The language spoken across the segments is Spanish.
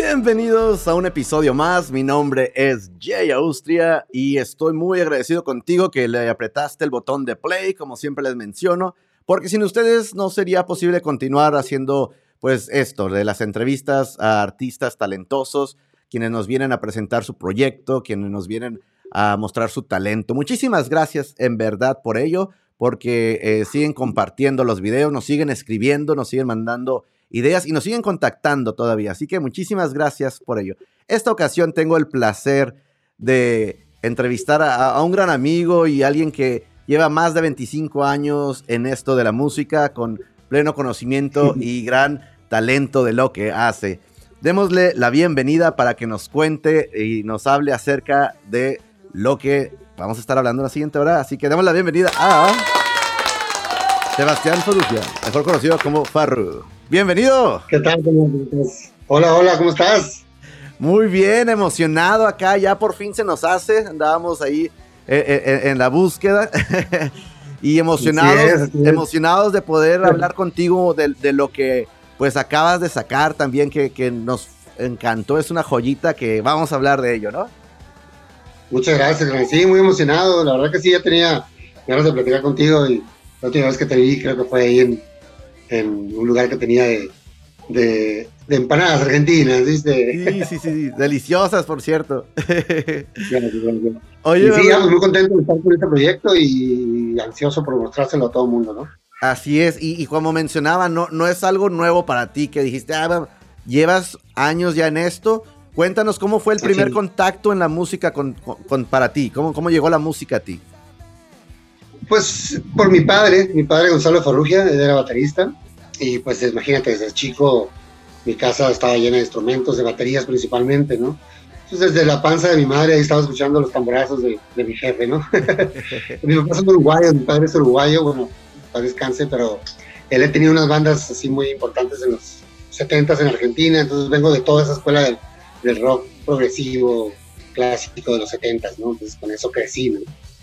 Bienvenidos a un episodio más. Mi nombre es Jay Austria y estoy muy agradecido contigo que le apretaste el botón de play, como siempre les menciono, porque sin ustedes no sería posible continuar haciendo pues esto, de las entrevistas a artistas talentosos, quienes nos vienen a presentar su proyecto, quienes nos vienen a mostrar su talento. Muchísimas gracias en verdad por ello, porque siguen compartiendo los videos, nos siguen escribiendo, nos siguen mandando ideas y nos siguen contactando todavía. Así que muchísimas gracias por ello. Esta ocasión tengo el placer de entrevistar a un gran amigo y alguien que lleva más de 25 años en esto de la música, con pleno conocimiento y gran talento de lo que hace. Démosle la bienvenida para que nos cuente y nos hable acerca de lo que vamos a estar hablando en la siguiente hora. Así que demos la bienvenida a Sebastián Farrugia, mejor conocido como Farru. ¡Bienvenido! ¿Qué tal? ¿Cómo estás? Hola, ¿cómo estás? Muy bien, emocionado acá, ya por fin se nos hace, andábamos ahí en la búsqueda y emocionados de poder hablar contigo de lo que pues acabas de sacar también, que nos encantó, es una joyita que vamos a hablar de ello, ¿no? Muchas gracias, sí, muy emocionado, la verdad que sí, ya tenía ganas de platicar contigo y la última vez que te vi creo que fue ahí en un lugar que tenía de empanadas argentinas, ¿viste? Sí, deliciosas, por cierto. Gracias. Oye, y sí, muy contento de estar con este proyecto y ansioso por mostrárselo a todo el mundo, ¿no? Así es, y como mencionaba, no es algo nuevo para ti, que dijiste, llevas años ya en esto. Cuéntanos cómo fue el primer contacto en la música para ti, cómo llegó la música a ti. Pues por mi padre Gonzalo Farrugia, él era baterista, y pues imagínate, desde chico mi casa estaba llena de instrumentos, de baterías principalmente, ¿no? Entonces desde la panza de mi madre ahí estaba escuchando los tamborazos de mi jefe, ¿no? Mi papá es uruguayo, mi padre es uruguayo, bueno, para descanse, pero él ha tenido unas bandas así muy importantes en los 70s en Argentina, entonces vengo de toda esa escuela del rock progresivo, clásico de los 70s, ¿no? Entonces con eso crecí, ¿no?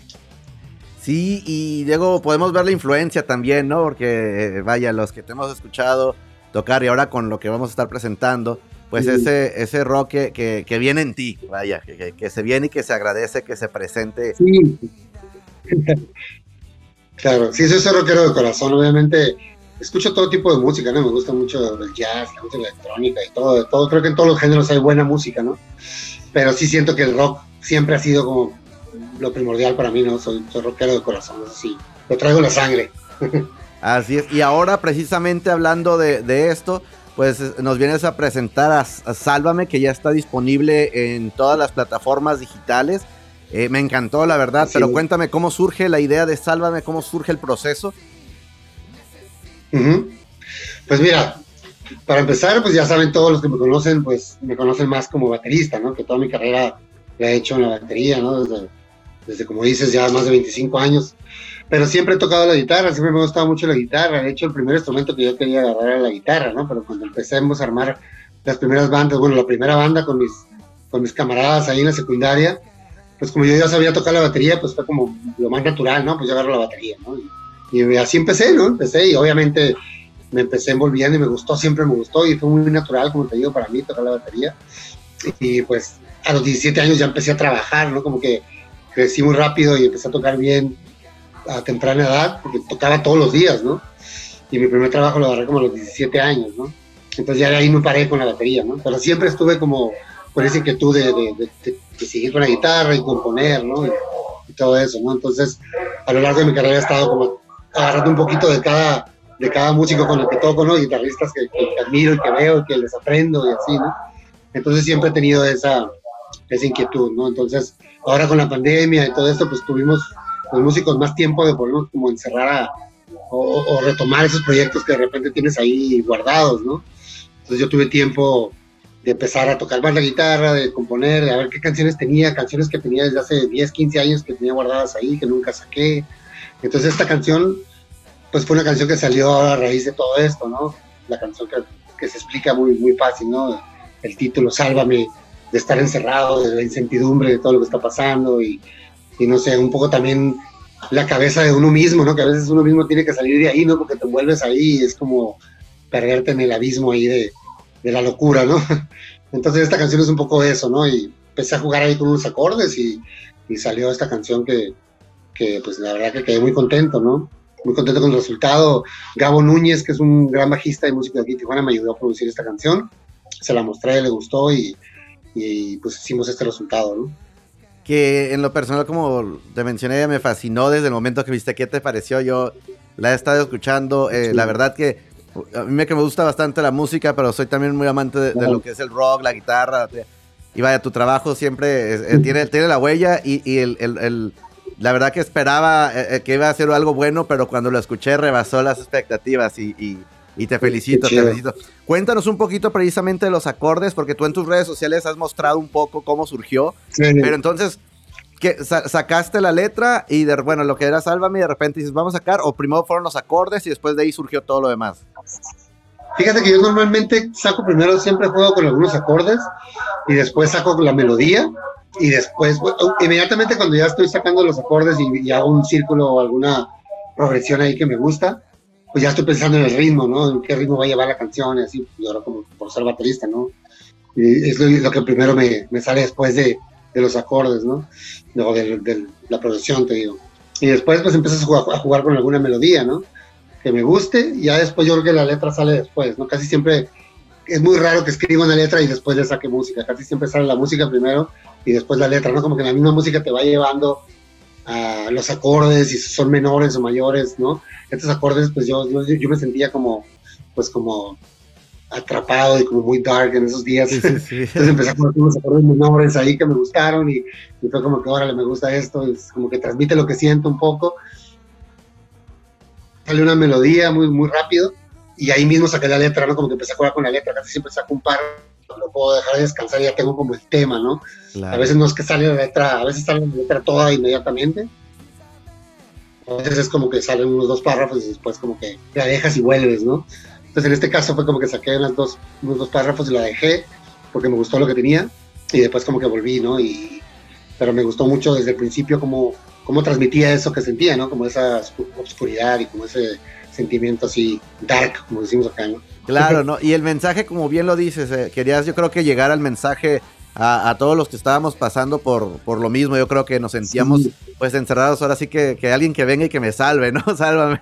Sí, y Diego, podemos ver la influencia también, ¿no? Porque, vaya, los que te hemos escuchado tocar y ahora con lo que vamos a estar presentando, pues ese rock que viene en ti, vaya, que se viene y que se agradece, que se presente. Sí. Claro, sí, soy rockero de corazón, obviamente escucho todo tipo de música, ¿no? Me gusta mucho el jazz, la música electrónica y todo, creo que en todos los géneros hay buena música, ¿no? Pero sí siento que el rock siempre ha sido como lo primordial para mí, ¿no? Soy rockero de corazón, sí, lo traigo en la sangre. Así es, y ahora precisamente hablando de esto, pues nos vienes a presentar a Sálvame, que ya está disponible en todas las plataformas digitales. Me encantó, la verdad, sí. Pero cuéntame cómo surge la idea de Sálvame, cómo surge el proceso. Pues mira, para empezar, pues ya saben todos los que me conocen, pues me conocen más como baterista, ¿no? Que toda mi carrera la he hecho en la batería, ¿no? Desde como dices, ya más de 25 años. Pero siempre he tocado la guitarra, siempre me ha gustado mucho la guitarra. De hecho, el primer instrumento que yo quería agarrar era la guitarra, ¿no? Pero cuando empezamos a armar las primeras bandas, bueno, la primera banda con mis camaradas ahí en la secundaria, pues como yo ya sabía tocar la batería, pues fue como lo más natural, ¿no? Pues yo agarro la batería, ¿no? Y así empecé, ¿no? Y obviamente me empecé envolviendo y me gustó, siempre me gustó y fue muy natural, como te digo, para mí tocar la batería. Y pues a los 17 años ya empecé a trabajar, ¿no? Como que crecí muy rápido y empecé a tocar bien a temprana edad, porque tocaba todos los días, ¿no? Y mi primer trabajo lo agarré como a los 17 años, ¿no? Entonces ya de ahí me paré con la batería, ¿no? Pero siempre estuve como con esa inquietud de seguir con la guitarra y componer, ¿no? Y todo eso, ¿no? Entonces, a lo largo de mi carrera he estado como agarrando un poquito de cada músico con el que toco, ¿no? Guitarristas que admiro y que veo y que les aprendo y así, ¿no? Entonces siempre he tenido esa inquietud, ¿no? Entonces, ahora con la pandemia y todo esto, pues tuvimos los músicos más tiempo de podernos como encerrar o retomar esos proyectos que de repente tienes ahí guardados, ¿no? Entonces yo tuve tiempo de empezar a tocar más la guitarra, de componer, de a ver qué canciones que tenía desde hace 10, 15 años que tenía guardadas ahí, que nunca saqué. Entonces esta canción, pues fue una canción que salió a raíz de todo esto, ¿no? La canción que se explica muy, muy fácil, ¿no? El título, Sálvame, de estar encerrado, de la incertidumbre de todo lo que está pasando y no sé, un poco también la cabeza de uno mismo, ¿no? Que a veces uno mismo tiene que salir de ahí, ¿no? Porque te envuelves ahí y es como perderte en el abismo ahí de la locura, ¿no? Entonces esta canción es un poco eso, ¿no? Y empecé a jugar ahí con unos acordes y salió esta canción que pues la verdad que quedé muy contento, ¿no? Muy contento con el resultado. Gabo Núñez, que es un gran bajista y músico de aquí en Tijuana, me ayudó a producir esta canción. Se la mostré, le gustó y pues hicimos este resultado, ¿no? Que en lo personal, como te mencioné, me fascinó desde el momento que viste. ¿Qué te pareció? Yo la he estado escuchando. Sí. La verdad que a mí me gusta bastante la música, pero soy también muy amante de lo que es el rock, la guitarra. Y vaya, tu trabajo siempre tiene la huella y la verdad que esperaba que iba a ser algo bueno, pero cuando lo escuché rebasó las expectativas y te felicito, te felicito. Cuéntanos un poquito precisamente de los acordes, porque tú en tus redes sociales has mostrado un poco cómo surgió, sí. Pero entonces, ¿qué, sacaste la letra y bueno, lo que era Sálvame y de repente dices, vamos a sacar, o primero fueron los acordes y después de ahí surgió todo lo demás? Fíjate que yo normalmente saco primero, siempre juego con algunos acordes y después saco la melodía y después, inmediatamente cuando ya estoy sacando los acordes y hago un círculo o alguna progresión ahí que me gusta, pues ya estoy pensando en el ritmo, ¿no? En qué ritmo va a llevar la canción y así, y ahora como por ser baterista, ¿no? Y es lo que primero me sale después de los acordes, ¿no? O de la progresión, te digo. Y después pues empiezas a jugar con alguna melodía, ¿no? Que me guste, y ya después yo creo que la letra sale después, ¿no? Casi siempre es muy raro que escriba una letra y después le saque música, casi siempre sale la música primero y después la letra, ¿no? Como que la misma música te va llevando a los acordes y si son menores o mayores, ¿no? Estos acordes, pues yo me sentía como, pues como atrapado y como muy dark en esos días. Sí. Entonces empecé a poner unos acordes menores ahí que me gustaron y fue como que, órale, me gusta esto, es como que transmite lo que siento un poco. Sale una melodía muy, muy rápido y ahí mismo saqué la letra, ¿no? Como que empecé a jugar con la letra, casi siempre saco un par, lo puedo dejar de descansar y ya tengo como el tema, ¿no? Claro. A veces no es que sale la letra, a veces sale la letra toda inmediatamente, a veces es como que salen unos 2 párrafos y después como que la dejas y vuelves, ¿no? Entonces en este caso fue como que saqué unos dos párrafos y la dejé porque me gustó lo que tenía y después como que volví, ¿no? Pero me gustó mucho desde el principio cómo transmitía eso que sentía, ¿no? Como esa oscuridad y como ese sentimiento así dark, como decimos acá, ¿no? Claro, ¿no? Y el mensaje, como bien lo dices, querías yo creo que llegar al mensaje a todos los que estábamos pasando por lo mismo. Yo creo que nos sentíamos pues encerrados. Ahora sí que alguien que venga y que me salve, ¿no? Sálvame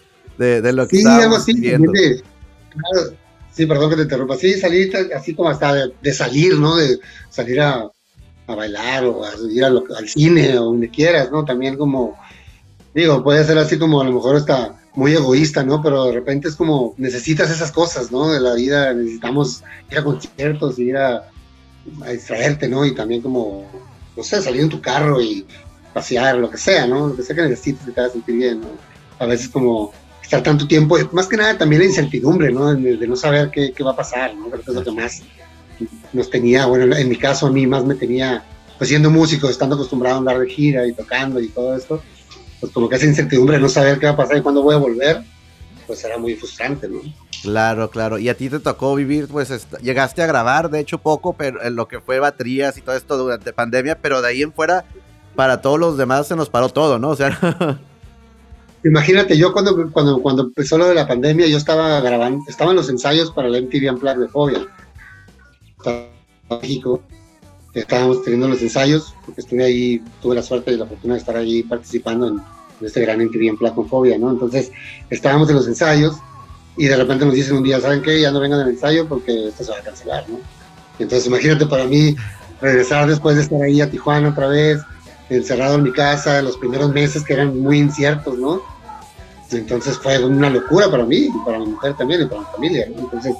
de lo que estábamos viviendo. Claro. Sí, perdón que te interrumpa. Sí, salir así como hasta de salir, ¿no? De salir a bailar o a ir al cine o donde quieras, ¿no? También como, digo, puede ser así como a lo mejor está muy egoísta, ¿no? Pero de repente es como, necesitas esas cosas, ¿no? De la vida, necesitamos ir a conciertos, ir a distraerte, ¿no? Y también como, no sé, salir en tu carro y pasear, lo que sea, ¿no? Lo que sea que necesites que te hagas sentir bien, ¿no? A veces como estar tanto tiempo, más que nada también la incertidumbre, ¿no? De no saber qué va a pasar, ¿no? Creo que es lo que más nos tenía, bueno, en mi caso a mí más me tenía, pues siendo músico, estando acostumbrado a andar de gira y tocando y todo esto, pues como que esa incertidumbre de no saber qué va a pasar y cuándo voy a volver, pues era muy frustrante, ¿no? Claro, claro. Y a ti te tocó vivir, pues llegaste a grabar, de hecho poco, pero en lo que fue baterías y todo esto durante pandemia, pero de ahí en fuera, para todos los demás se nos paró todo, ¿no? O sea... Imagínate, yo cuando empezó lo de la pandemia, yo estaba grabando, estaban los ensayos para el MTV Unplugged de Fobia. Estaba en México, estábamos teniendo los ensayos, porque estuve ahí, tuve la suerte y la fortuna de estar allí participando en este gran MTV Unplugged con Fobia, ¿no? Entonces, estábamos en los ensayos y de repente nos dicen un día, ¿saben qué? Ya no vengan al ensayo porque esto se va a cancelar, ¿no? Entonces, imagínate para mí regresar después de estar ahí a Tijuana otra vez, encerrado en mi casa, los primeros meses que eran muy inciertos, ¿no? Entonces fue una locura para mí, y para mi mujer también, y para mi familia, ¿no? Entonces,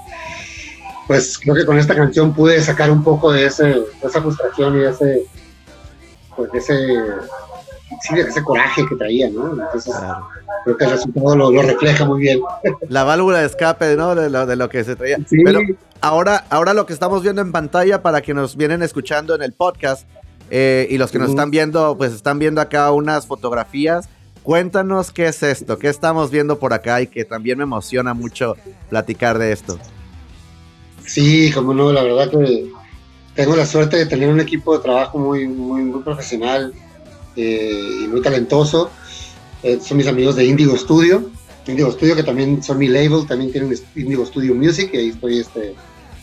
pues creo que con esta canción pude sacar un poco de esa frustración y de ese coraje que traía, ¿no? Entonces, claro. Creo que el resultado lo refleja muy bien. La válvula de escape, ¿no? De lo que se traía. Sí. Pero ahora lo que estamos viendo en pantalla, para que nos vienen escuchando en el podcast, y los que nos están viendo, pues están viendo acá unas fotografías. Cuéntanos qué es esto, qué estamos viendo por acá y que también me emociona mucho platicar de esto. Sí, como no, la verdad que tengo la suerte de tener un equipo de trabajo muy, muy, muy profesional y muy talentoso. Son mis amigos de Indigo Studio, que también son mi label, también tienen Indigo Studio Music, y ahí estoy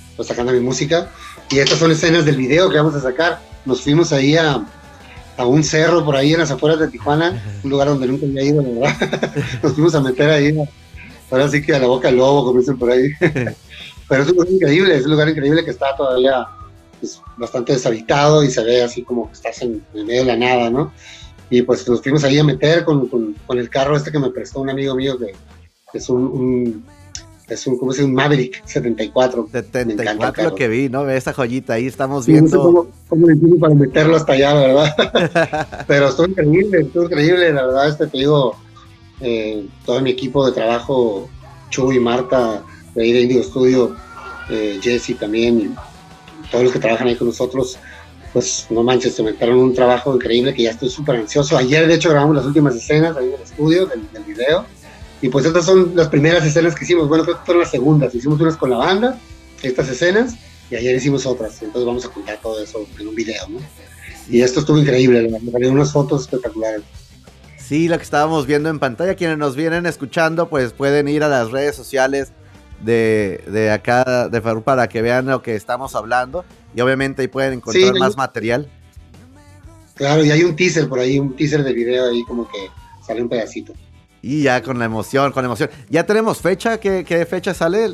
pues sacando mi música. Y estas son escenas del video que vamos a sacar. Nos fuimos ahí a un cerro por ahí en las afueras de Tijuana, un lugar donde nunca había ido, la verdad. Nos fuimos a meter ahí, ahora sí que a la boca del lobo, como dicen por ahí. Pero es un lugar increíble que está todavía pues, bastante deshabitado y se ve así como que estás en medio de la nada, ¿no? Y pues nos fuimos ahí a meter con el carro este que me prestó un amigo mío que es un ¿cómo se llama? Un Maverick 74. 74 que vi, ¿no? Esa joyita ahí estamos viendo. No sé cómo le hicimos para meterlo hasta allá, ¿verdad? Pero estuvo increíble, la verdad, te digo, todo mi equipo de trabajo, Chu y Marta, de ahí de Indigo Studio, Jesse también, y todos los que trabajan ahí con nosotros, pues no manches, se inventaron un trabajo increíble que ya estoy súper ansioso. Ayer, de hecho, grabamos las últimas escenas ahí del estudio, del video. Y pues estas son las primeras escenas que hicimos. Bueno, creo que fueron las segundas. Hicimos unas con la banda, estas escenas, y ayer hicimos otras. Entonces vamos a contar todo eso en un video, ¿no? Y esto estuvo increíble, me salieron unas fotos espectaculares. Sí, lo que estábamos viendo en pantalla. Quienes nos vienen escuchando, pues pueden ir a las redes sociales de acá, de Farru, para que vean lo que estamos hablando. Y obviamente ahí pueden encontrar más material. Claro, y hay un teaser por ahí, un teaser de video ahí como que sale un pedacito. Y ya con la emoción. ¿Ya tenemos fecha? ¿Qué fecha sale?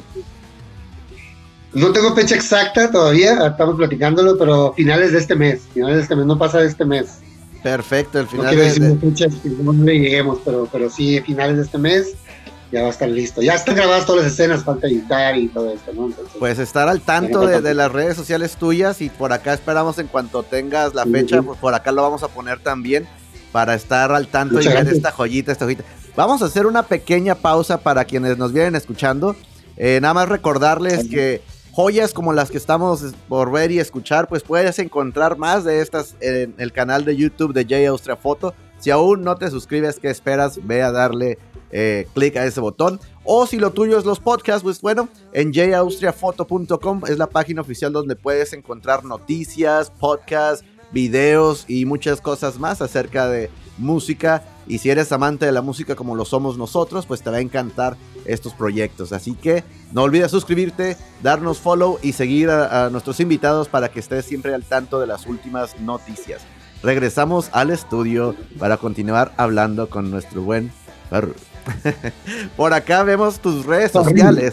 No tengo fecha exacta todavía, estamos platicándolo, pero finales de este mes, no pasa de este mes. Perfecto, el final. No quiero decir fecha que no le lleguemos, pero sí, finales de este mes ya va a estar listo. Ya están grabadas todas las escenas, falta editar y todo esto, ¿no? Entonces, pues estar al tanto de las redes sociales tuyas, y por acá esperamos en cuanto tengas la fecha, pues por acá lo vamos a poner también para estar al tanto y ver esta joyita. Vamos a hacer una pequeña pausa para quienes nos vienen escuchando. Nada más recordarles que joyas como las que estamos por ver y escuchar, pues puedes encontrar más de estas en el canal de YouTube de Jay Austria Foto. Si aún no te suscribes, ¿qué esperas? Ve a darle clic a ese botón. O si lo tuyo es los podcasts, pues bueno, en jayaustriafoto.com es la página oficial donde puedes encontrar noticias, podcasts, videos y muchas cosas más acerca de música. Y si eres amante de la música como lo somos nosotros, pues te va a encantar estos proyectos. Así que no olvides suscribirte, darnos follow y seguir a nuestros invitados para que estés siempre al tanto de las últimas noticias. Regresamos al estudio para continuar hablando con nuestro buen Farru. Por acá vemos tus redes sociales.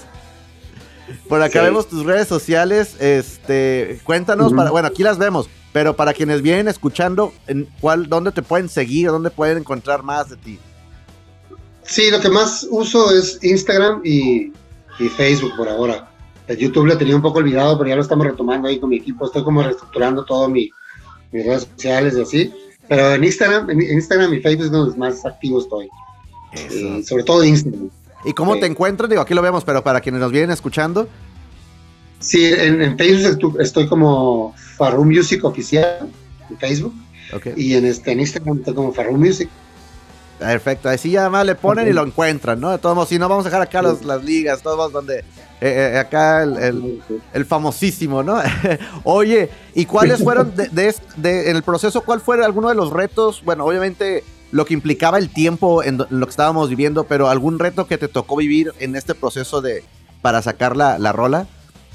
Vemos tus redes sociales. Cuéntanos, bueno, aquí las vemos. Pero para quienes vienen escuchando, ¿dónde te pueden seguir? ¿Dónde pueden encontrar más de ti? Sí, lo que más uso es Instagram y Facebook por ahora. El YouTube lo tenía un poco olvidado, pero ya lo estamos retomando ahí con mi equipo. Estoy como reestructurando todo mis redes sociales y así. Pero en Instagram y Facebook es donde más activo estoy. Sobre todo Instagram. ¿Y cómo te encuentras? Digo, aquí lo vemos, pero para quienes nos vienen escuchando. Sí, en Facebook estoy como Farru Music Oficial en Facebook. Okay. Y en Instagram estoy como Farru Music. Perfecto, así ya más le ponen y lo encuentran, ¿no? De todos modos, si no, vamos a dejar acá las ligas, todos donde acá el famosísimo, ¿no? Oye, ¿y cuáles fueron en el proceso, cuál fue alguno de los retos? Bueno, obviamente lo que implicaba el tiempo en lo que estábamos viviendo, pero algún reto que te tocó vivir en este proceso para sacar la rola.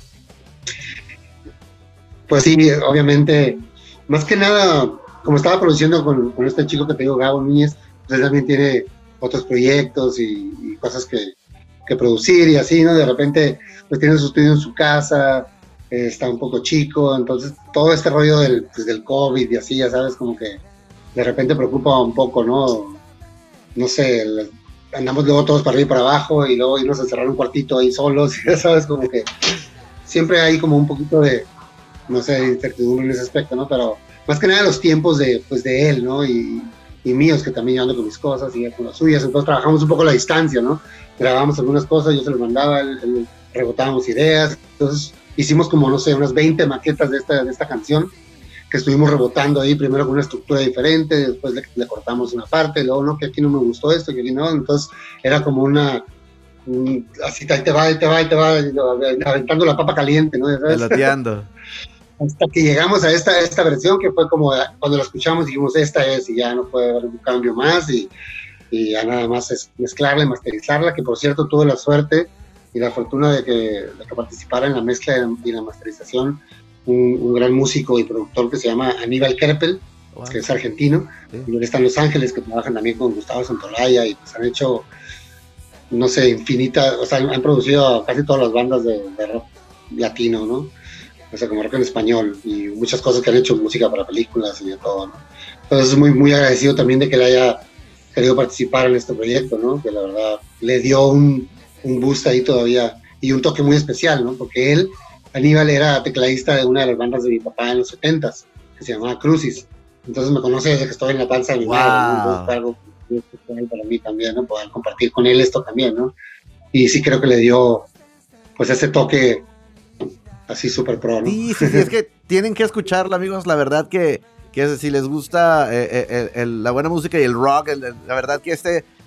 Pues sí, obviamente, más que nada, como estaba produciendo con este chico que te digo, Gabo Núñez, pues él también tiene otros proyectos y cosas que producir y así, ¿no? De repente, pues tiene su estudio en su casa, está un poco chico, entonces todo este rollo del COVID y así, ya sabes, como que de repente preocupa un poco, ¿no? No sé, andamos luego todos para arriba y para abajo y luego irnos a cerrar un cuartito ahí solos, ya sabes, como que siempre hay como un poquito de, no sé, incertidumbre en ese aspecto, ¿no? Pero más que nada los tiempos de él, ¿no? Y míos, que también yo ando con mis cosas y él con las suyas, entonces trabajamos un poco a la distancia, ¿no? Grabábamos algunas cosas, yo se las mandaba, él rebotábamos ideas, entonces hicimos como, no sé, unas 20 maquetas de esta canción, que estuvimos rebotando ahí, primero con una estructura diferente, después le cortamos una parte, luego, no, que aquí no me gustó esto, que aquí no, entonces era como así, ahí te va, aventando la papa caliente, ¿no? Peloteando. Hasta que llegamos a esta versión, que fue como cuando la escuchamos dijimos, esta es, y ya no puede haber un cambio más, y ya nada más es mezclarla y masterizarla, que por cierto tuve la suerte y la fortuna de que participara en la mezcla y la masterización un gran músico y productor que se llama Aníbal Kerpel, wow, que es argentino, sí, y él está en Los Ángeles, que trabajan también con Gustavo Santolaya, y pues han hecho, no sé, infinita, o sea, han producido casi todas las bandas de rock latino, ¿no? O sea, como rock en español, y muchas cosas que han hecho, música para películas y de todo, ¿no? Entonces, muy, muy agradecido también de que él haya querido participar en este proyecto, ¿no? Que la verdad le dio un boost ahí todavía, y un toque muy especial, ¿no? Porque él, Aníbal, era tecladista de una de las bandas de mi papá en los 70s, que se llamaba Crucis. Entonces me conoce desde que estoy en la panza de mi madre, ¿no? Entonces fue algo muy especial para mí también, ¿no? Poder compartir con él esto también, ¿no? Y sí creo que le dio, pues, ese toque así súper pro, ¿no? Sí, es que tienen que escucharla, amigos, la verdad que si les gusta la buena música y el rock, la verdad que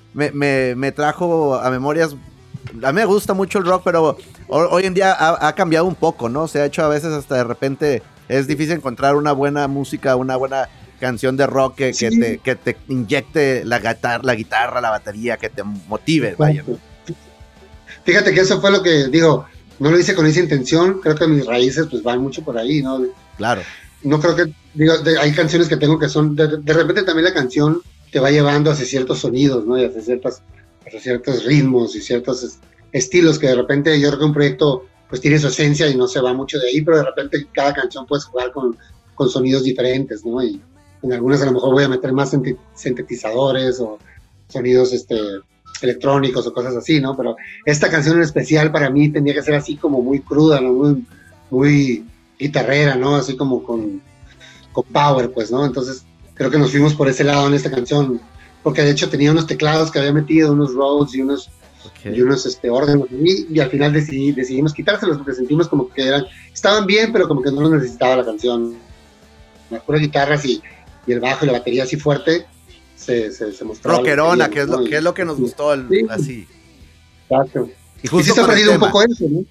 me trajo a memorias. A mí me gusta mucho el rock, pero hoy en día ha cambiado un poco, ¿no? Se ha hecho a veces hasta de repente es difícil encontrar una buena música, una buena canción de rock que te inyecte la guitarra, la batería, que te motive, vaya, ¿no? Fíjate que eso fue lo que digo, no lo hice con esa intención, creo que mis raíces pues van mucho por ahí, ¿no? Claro. No creo que, digo, hay canciones que tengo que son, de repente también la canción te va llevando hacia ciertos sonidos, ¿no? Y hacia ciertos ritmos y ciertos estilos que de repente yo creo que un proyecto pues tiene su esencia y no se va mucho de ahí, pero de repente cada canción puedes jugar con sonidos diferentes, ¿no? Y en algunas a lo mejor voy a meter más sintetizadores o sonidos electrónicos o cosas así, ¿no? Pero esta canción en especial para mí tendría que ser así como muy cruda, ¿no? Muy, muy guitarrera, ¿no? Así como con power, pues, ¿no? Entonces creo que nos fuimos por ese lado en esta canción, porque de hecho tenía unos teclados que había metido, unos Rhodes y unos órganos, y al final decidimos quitárselos porque sentimos como que estaban bien, pero como que no los necesitaba la canción. Las puras guitarras y el bajo y la batería así fuerte se mostraba. Rockerona, que es lo que nos gustó, sí, así. Exacto. Y sí se ha perdido un poco eso, ¿no?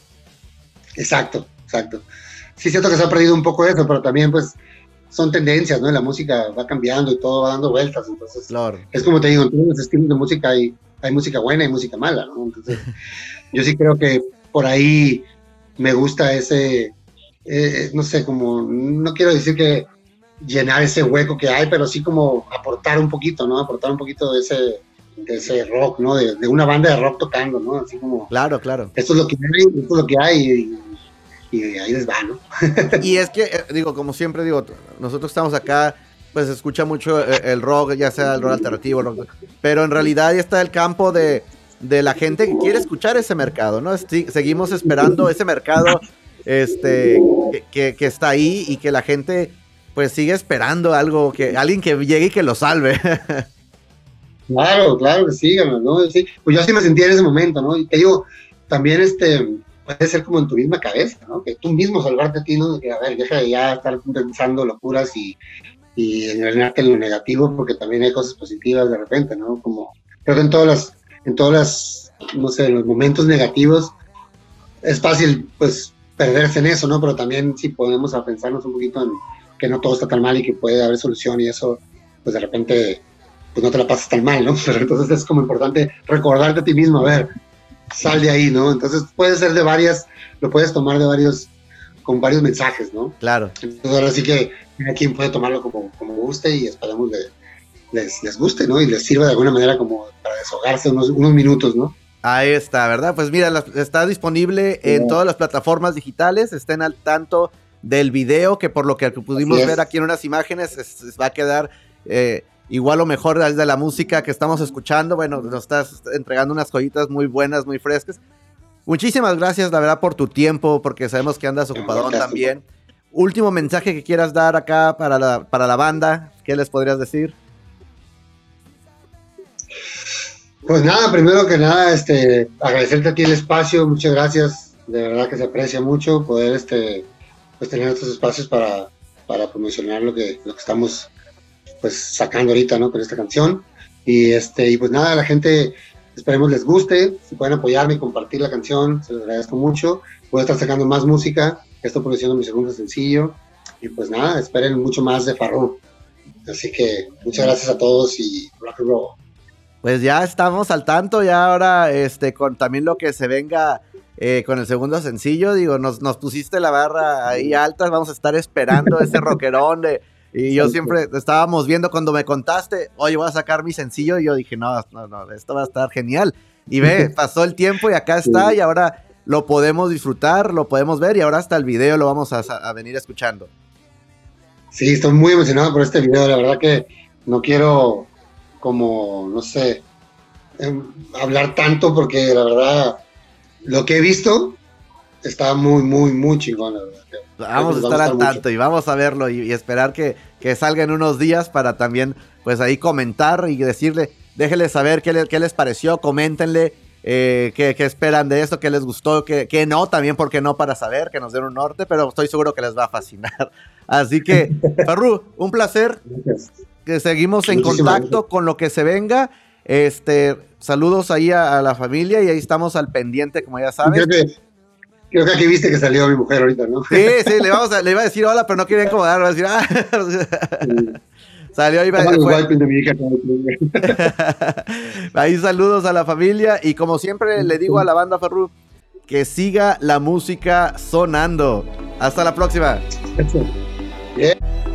Exacto. Sí siento que se ha perdido un poco eso, pero también pues son tendencias, ¿no? La música va cambiando y todo va dando vueltas, entonces claro. Es como te digo, en todos los estilos de música hay música buena y música mala, ¿no? Entonces yo sí creo que por ahí me gusta ese, no sé, como, no quiero decir que llenar ese hueco que hay, pero sí como aportar un poquito, ¿no? Aportar un poquito de ese rock, ¿no? De una banda de rock tocando, ¿no? Así como... Claro. Esto es lo que hay y ahí les va, ¿no? Y es que, digo, como siempre digo, nosotros estamos acá, pues se escucha mucho el rock, ya sea el rock alternativo, pero en realidad ahí está el campo de la gente que quiere escuchar ese mercado, ¿no? Seguimos esperando ese mercado que está ahí y que la gente pues sigue esperando alguien que llegue y que lo salve. Claro que sí, ¿no? Sí, pues yo así me sentía en ese momento, ¿no? Y te digo, también puede ser como en tu misma cabeza, ¿no? Que tú mismo salvarte a ti, ¿no? Que, a ver, deja de ya estar pensando locuras y engañarte en lo negativo, porque también hay cosas positivas de repente, ¿no? Como, creo que en todas las, no sé, en los momentos negativos es fácil, pues, perderse en eso, ¿no? Pero también si podemos a pensarnos un poquito en que no todo está tan mal y que puede haber solución y eso, pues de repente, pues no te la pasas tan mal, ¿no? Pero entonces es como importante recordarte a ti mismo, a ver, sal de ahí, ¿no? Entonces puede ser lo puedes tomar con varios mensajes, ¿no? Claro. Entonces ahora sí que cada quien puede tomarlo como guste y esperamos les guste, ¿no? Y les sirva de alguna manera como para desahogarse unos minutos, ¿no? Ahí está, ¿verdad? Pues mira, está disponible en todas las plataformas digitales, estén al tanto del video, que por lo que pudimos ver aquí en unas imágenes, va a quedar igual o mejor de la música que estamos escuchando. Bueno, nos estás entregando unas joyitas muy buenas, muy frescas. Muchísimas gracias, la verdad, por tu tiempo, porque sabemos que andas ocupadón también. Último mensaje que quieras dar acá para la banda, ¿qué les podrías decir? Pues nada, primero que nada, agradecerte a ti el espacio, muchas gracias, de verdad que se aprecia mucho poder pues tener estos espacios para promocionar lo que estamos pues sacando ahorita, ¿no? Con esta canción. Y pues nada, a la gente esperemos les guste, si pueden apoyarme y compartir la canción, se los agradezco mucho. Voy a estar sacando más música, estoy produciendo mi segundo sencillo y pues nada, esperen mucho más de Farru. Así que muchas gracias a todos y rock and roll. Pues ya estamos al tanto, ya ahora con también lo que se venga con el segundo sencillo, digo, nos pusiste la barra ahí alta, vamos a estar esperando ese rockerón y yo siempre estábamos viendo cuando me contaste, oye, voy a sacar mi sencillo, y yo dije, no, esto va a estar genial. Y ve, pasó el tiempo y acá está, y ahora lo podemos disfrutar, lo podemos ver, y ahora hasta el video lo vamos a venir escuchando. Sí, estoy muy emocionado por este video, la verdad que no quiero como, no sé, hablar tanto porque la verdad lo que he visto está muy, muy, muy chingón, la verdad. Vamos a estar al tanto y vamos a verlo y esperar que salga en unos días para también, pues ahí comentar y decirle, déjenles saber qué les pareció, coméntenle qué esperan de esto, qué les gustó, qué no, también porque no, para saber, que nos den un norte, pero estoy seguro que les va a fascinar. Así que, Ferru, un placer. Gracias. Que seguimos en contacto con lo que se venga. Saludos ahí a la familia y ahí estamos al pendiente, como ya sabes. Creo que aquí viste que salió mi mujer ahorita, ¿no? Sí, le iba a decir hola, pero no quería incomodar, va a decir, salió ahí. Ahí saludos a la familia y como siempre le digo a la banda, Ferru, que siga la música sonando. Hasta la próxima. Yeah.